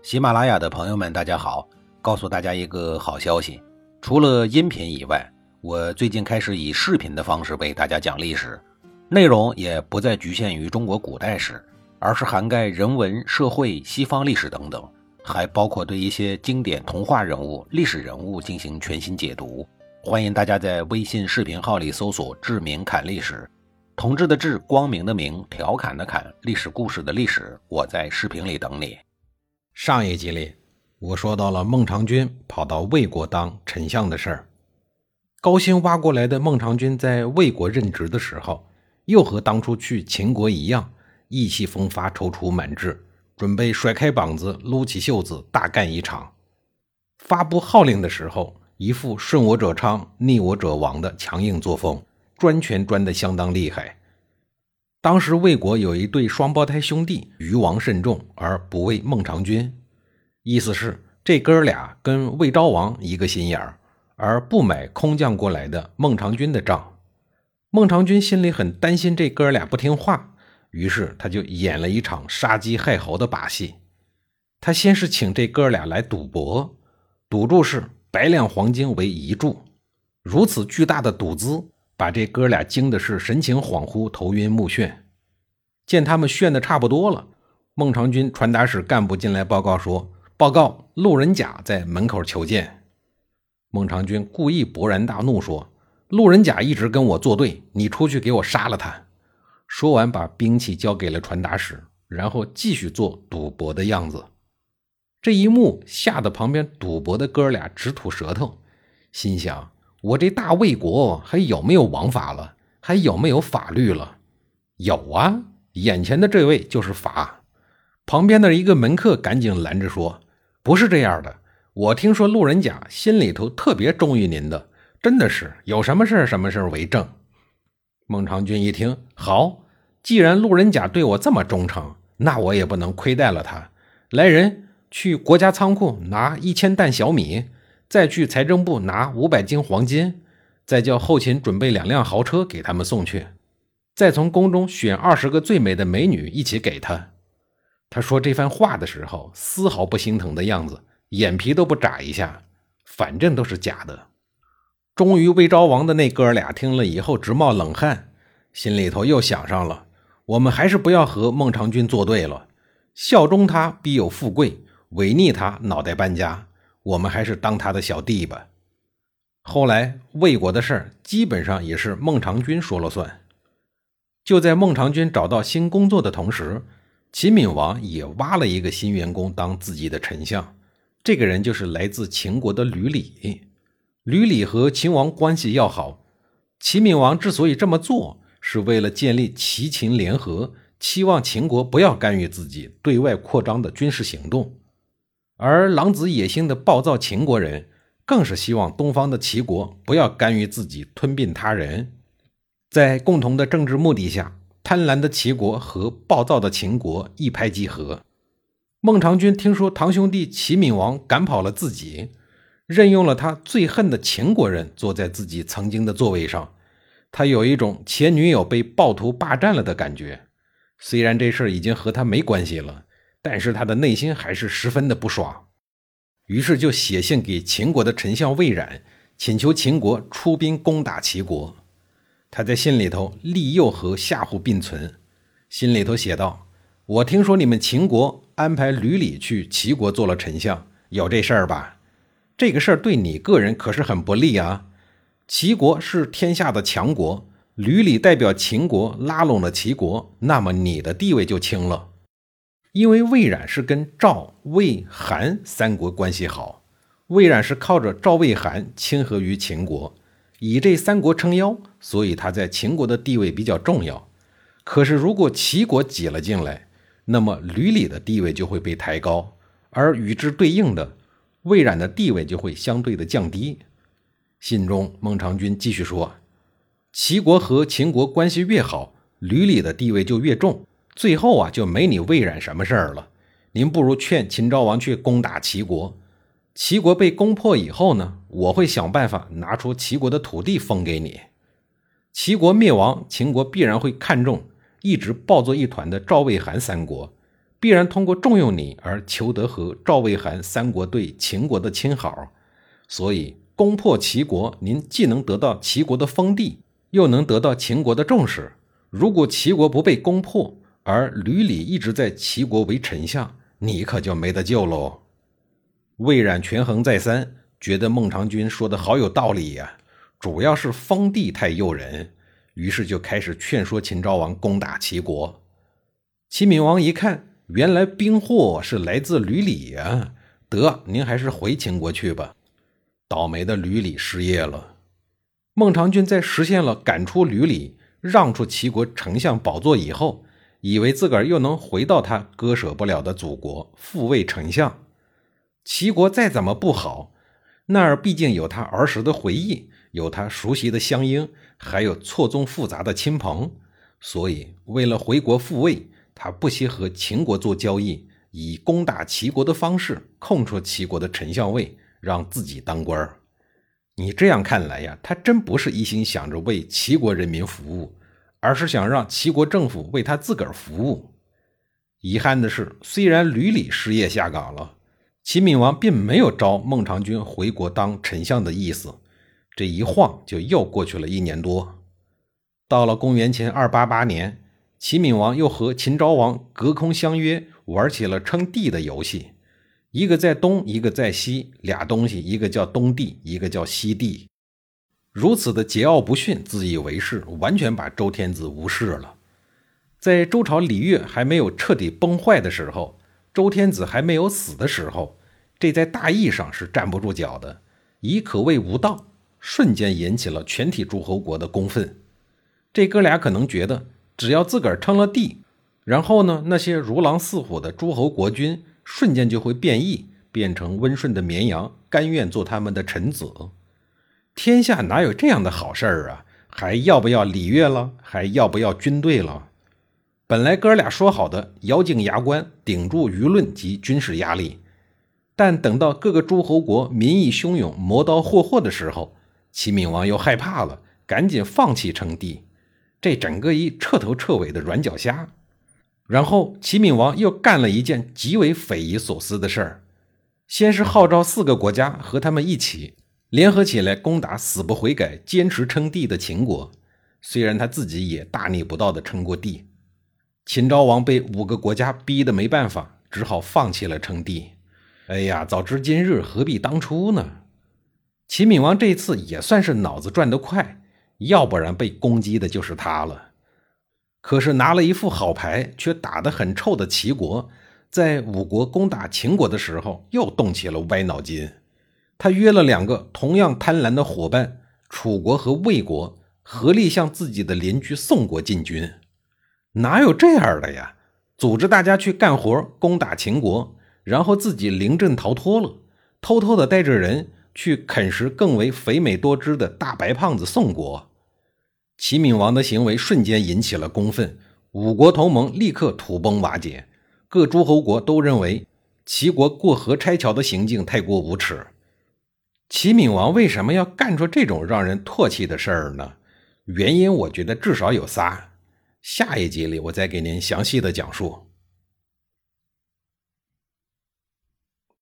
喜马拉雅的朋友们大家好，告诉大家一个好消息，除了音频以外，我最近开始以视频的方式为大家讲历史，内容也不再局限于中国古代史，而是涵盖人文、社会、西方历史等等，还包括对一些经典童话人物、历史人物进行全新解读。欢迎大家在微信视频号里搜索志明侃历史，同志的志，光明的明，调侃的侃，历史故事的历史，我在视频里等你。 上一集里我说到了孟尝君跑到魏国当丞相的事儿。高薪挖过来的孟尝君在魏国任职的时候，又和当初去秦国一样，意气风发，踌躇满志，准备甩开膀子，撸起袖子，大干一场。发布号令的时候，一副顺我者昌，逆我者亡的强硬作风，专权专得相当厉害。当时魏国有一对双胞胎兄弟，愚王慎重而不畏孟尝君，意思是这哥俩跟魏昭王一个心眼儿，而不买空降过来的孟尝君的账。孟尝君心里很担心这哥俩不听话，于是他就演了一场杀鸡害猴的把戏。他先是请这哥俩来赌博，赌注是100两黄金为1注，如此巨大的赌资把这哥俩惊的是神情恍惚，头晕目眩。见他们炫的差不多了，孟尝君传达室干部进来报告说，报告路人甲在门口求见。孟尝君故意勃然大怒说，路人甲一直跟我作对，你出去给我杀了他。说完把兵器交给了传达室，然后继续做赌博的样子。这一幕吓得旁边赌博的哥俩直吐舌头，心想，我这大魏国还有没有王法了？还有没有法律了？有啊，眼前的这位就是法。旁边的一个门客赶紧拦着说，不是这样的，我听说路人甲心里头特别忠于您的，真的是有什么事为证。孟尝君一听，好，既然路人甲对我这么忠诚，那我也不能亏待了他。来人，去国家仓库拿1000担小米，再去财政部拿500斤黄金，再叫后勤准备2辆豪车给他们送去，再从宫中选20个最美的美女一起给他。他说这番话的时候丝毫不心疼的样子，眼皮都不眨一下，反正都是假的。终于魏昭王的那哥俩听了以后直冒冷汗，心里头又想上了，我们还是不要和孟尝君作对了，效忠他必有富贵，违逆他脑袋搬家，我们还是当他的小弟吧。后来魏国的事儿基本上也是孟尝君说了算。就在孟尝君找到新工作的同时，齐闵王也挖了一个新员工当自己的丞相，这个人就是来自秦国的吕礼。吕礼和秦王关系要好，齐闵王之所以这么做，是为了建立齐秦联合，期望秦国不要干预自己对外扩张的军事行动。而狼子野心的暴躁秦国人更是希望东方的齐国不要干预自己吞并他人。在共同的政治目的下，贪婪的齐国和暴躁的秦国一拍即合。孟尝君听说堂兄弟齐闵王赶跑了自己，任用了他最恨的秦国人坐在自己曾经的座位上，他有一种前女友被暴徒霸占了的感觉。虽然这事已经和他没关系了，但是他的内心还是十分的不爽。于是就写信给秦国的丞相魏冉，请求秦国出兵攻打齐国。他在信里头利诱和吓唬并存，信里头写道，我听说你们秦国安排吕礼去齐国做了丞相，有这事儿吧？这个事儿对你个人可是很不利啊。齐国是天下的强国，吕礼代表秦国拉拢了齐国，那么你的地位就轻了。因为魏冉是跟赵、魏、韩3国关系好，魏冉是靠着赵、魏、韩亲和于秦国，以这3国撑腰，所以他在秦国的地位比较重要。可是如果齐国挤了进来，那么吕礼的地位就会被抬高，而与之对应的魏冉的地位就会相对的降低。信中孟尝君继续说，齐国和秦国关系越好，吕礼的地位就越重，最后就没你魏冉什么事儿了。您不如劝秦昭王去攻打齐国，齐国被攻破以后呢，我会想办法拿出齐国的土地封给你。齐国灭亡，秦国必然会看重一直抱作一团的赵、魏、韩3国， 必然通过重用你而求得和赵魏韩三国对秦国的亲好，所以攻破齐国，您既能得到齐国的封地，又能得到秦国的重视。如果齐国不被攻破，而吕礼一直在齐国为丞相，你可就没得救喽。魏冉权衡再三，觉得孟尝君说的好有道理呀，主要是封地太诱人，于是就开始劝说秦昭王攻打齐国。齐闵王一看，原来兵祸是来自吕礼啊，得，您还是回秦国去吧。倒霉的吕礼失业了。孟尝君在实现了赶出吕礼，让出齐国丞相宝座以后，以为自个儿又能回到他割舍不了的祖国，复位丞相。齐国再怎么不好，那儿毕竟有他儿时的回忆，有他熟悉的乡音，还有错综复杂的亲朋，所以为了回国复位，他不惜和秦国做交易，以攻打齐国的方式空出齐国的丞相位，让自己当官。你这样看来呀，他真不是一心想着为齐国人民服务，而是想让齐国政府为他自个儿服务。遗憾的是，虽然吕礼失业下岗了，齐闵王并没有招孟尝君回国当丞相的意思，这一晃就又过去了1年多。到了公元前288年，齐闵王又和秦昭王隔空相约，玩起了称帝的游戏。一个在东，一个在西，俩东西，一个叫东帝，一个叫西帝。如此的桀骜不驯，自以为是，完全把周天子无视了。在周朝礼乐还没有彻底崩坏的时候，周天子还没有死的时候，这在大义上是站不住脚的，以可谓无道，瞬间引起了全体诸侯国的公愤。这哥俩可能觉得，只要自个儿称了帝，然后呢，那些如狼似虎的诸侯国君瞬间就会变异，变成温顺的绵羊，甘愿做他们的臣子。天下哪有这样的好事儿啊？还要不要礼乐了？还要不要军队了？本来哥俩说好的咬紧牙关，顶住舆论及军事压力，但等到各个诸侯国民意汹涌，磨刀霍霍的时候，齐闵王又害怕了，赶紧放弃称帝。这整个一彻头彻尾的软脚虾。然后齐闵王又干了一件极为匪夷所思的事儿，先是号召4个国家和他们一起联合起来攻打死不悔改坚持称帝的秦国，虽然他自己也大逆不道的称过帝。秦昭王被5个国家逼得没办法，只好放弃了称帝。哎呀，早知今日何必当初呢？齐闵王这次也算是脑子转得快，要不然被攻击的就是他了。可是拿了一副好牌却打得很臭的齐国，在5国攻打秦国的时候又动起了歪脑筋。他约了2个同样贪婪的伙伴，楚国和魏国，合力向自己的邻居宋国进军。哪有这样的呀？组织大家去干活，攻打秦国，然后自己临阵逃脱了，偷偷的带着人去啃食更为肥美多汁的大白胖子宋国。齐闵王的行为瞬间引起了公愤，5国同盟立刻土崩瓦解，各诸侯国都认为齐国过河拆桥的行径太过无耻。齐闵王为什么要干出这种让人唾弃的事儿呢？原因我觉得至少有仨，下一集里我再给您详细的讲述。